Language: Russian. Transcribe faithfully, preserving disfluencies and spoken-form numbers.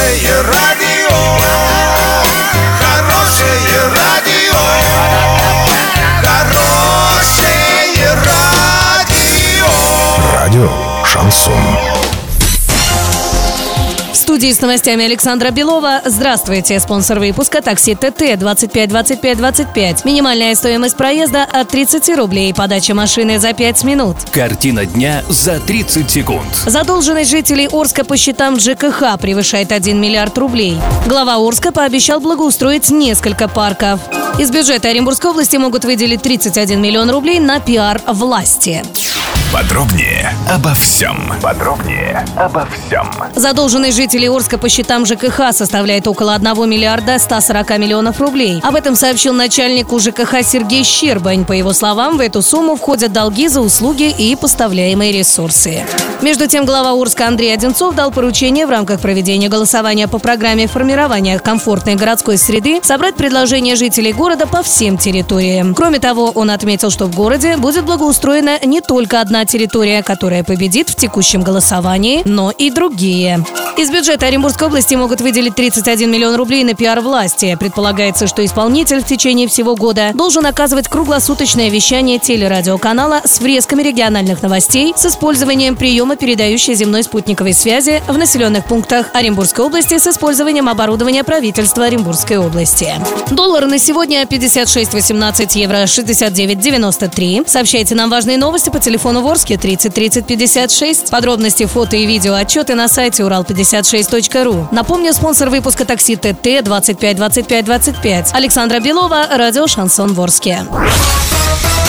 Хорошее радио, хорошее радио, хорошее радио. Радио Шансон. В студии с новостями Александра Белова. Здравствуйте. Спонсор выпуска такси ТТ двадцать пять двадцать пять двадцать пять. Минимальная стоимость проезда от тридцати рублей. Подача машины за пять минут. Картина дня за тридцать секунд. Задолженность жителей Орска по счетам ЖКХ превышает один миллиард рублей. Глава Орска пообещал благоустроить несколько парков. Из бюджета Оренбургской области могут выделить тридцать один миллион рублей на пиар власти. Подробнее обо всем. Подробнее обо всем. Задолженность жителей Орска по счетам ЖКХ составляет около одного миллиарда ста сорока миллионов рублей. Об этом сообщил начальник УЖКХ Сергей Щербань. По его словам, в эту сумму входят долги за услуги и поставляемые ресурсы. Между тем, глава Орска Андрей Одинцов дал поручение в рамках проведения голосования по программе формирования комфортной городской среды собрать предложения жителей города по всем территориям. Кроме того, он отметил, что в городе будет благоустроена не только одна территория, которая победит в текущем голосовании, но и другие. Из бюджета Оренбургской области могут выделить тридцать один миллион рублей на пиар власти. Предполагается, что исполнитель в течение всего года должен оказывать круглосуточное вещание телерадиоканала с врезками региональных новостей с использованием приема передающей земной спутниковой связи в населенных пунктах Оренбургской области с использованием оборудования правительства Оренбургской области. Доллар на сегодня пятьдесят шесть восемнадцать, евро шестьдесят девять девяносто три. Сообщайте нам важные новости по телефону в Орске тридцать тридцать пятьдесят шесть. Подробности, фото и видео отчеты на сайте урал пятьдесят шесть точка ру. Напомню, спонсор выпуска такси ТТ двадцать пять двадцать пять двадцать пять. Александра Белова, радио Шансон в Орске.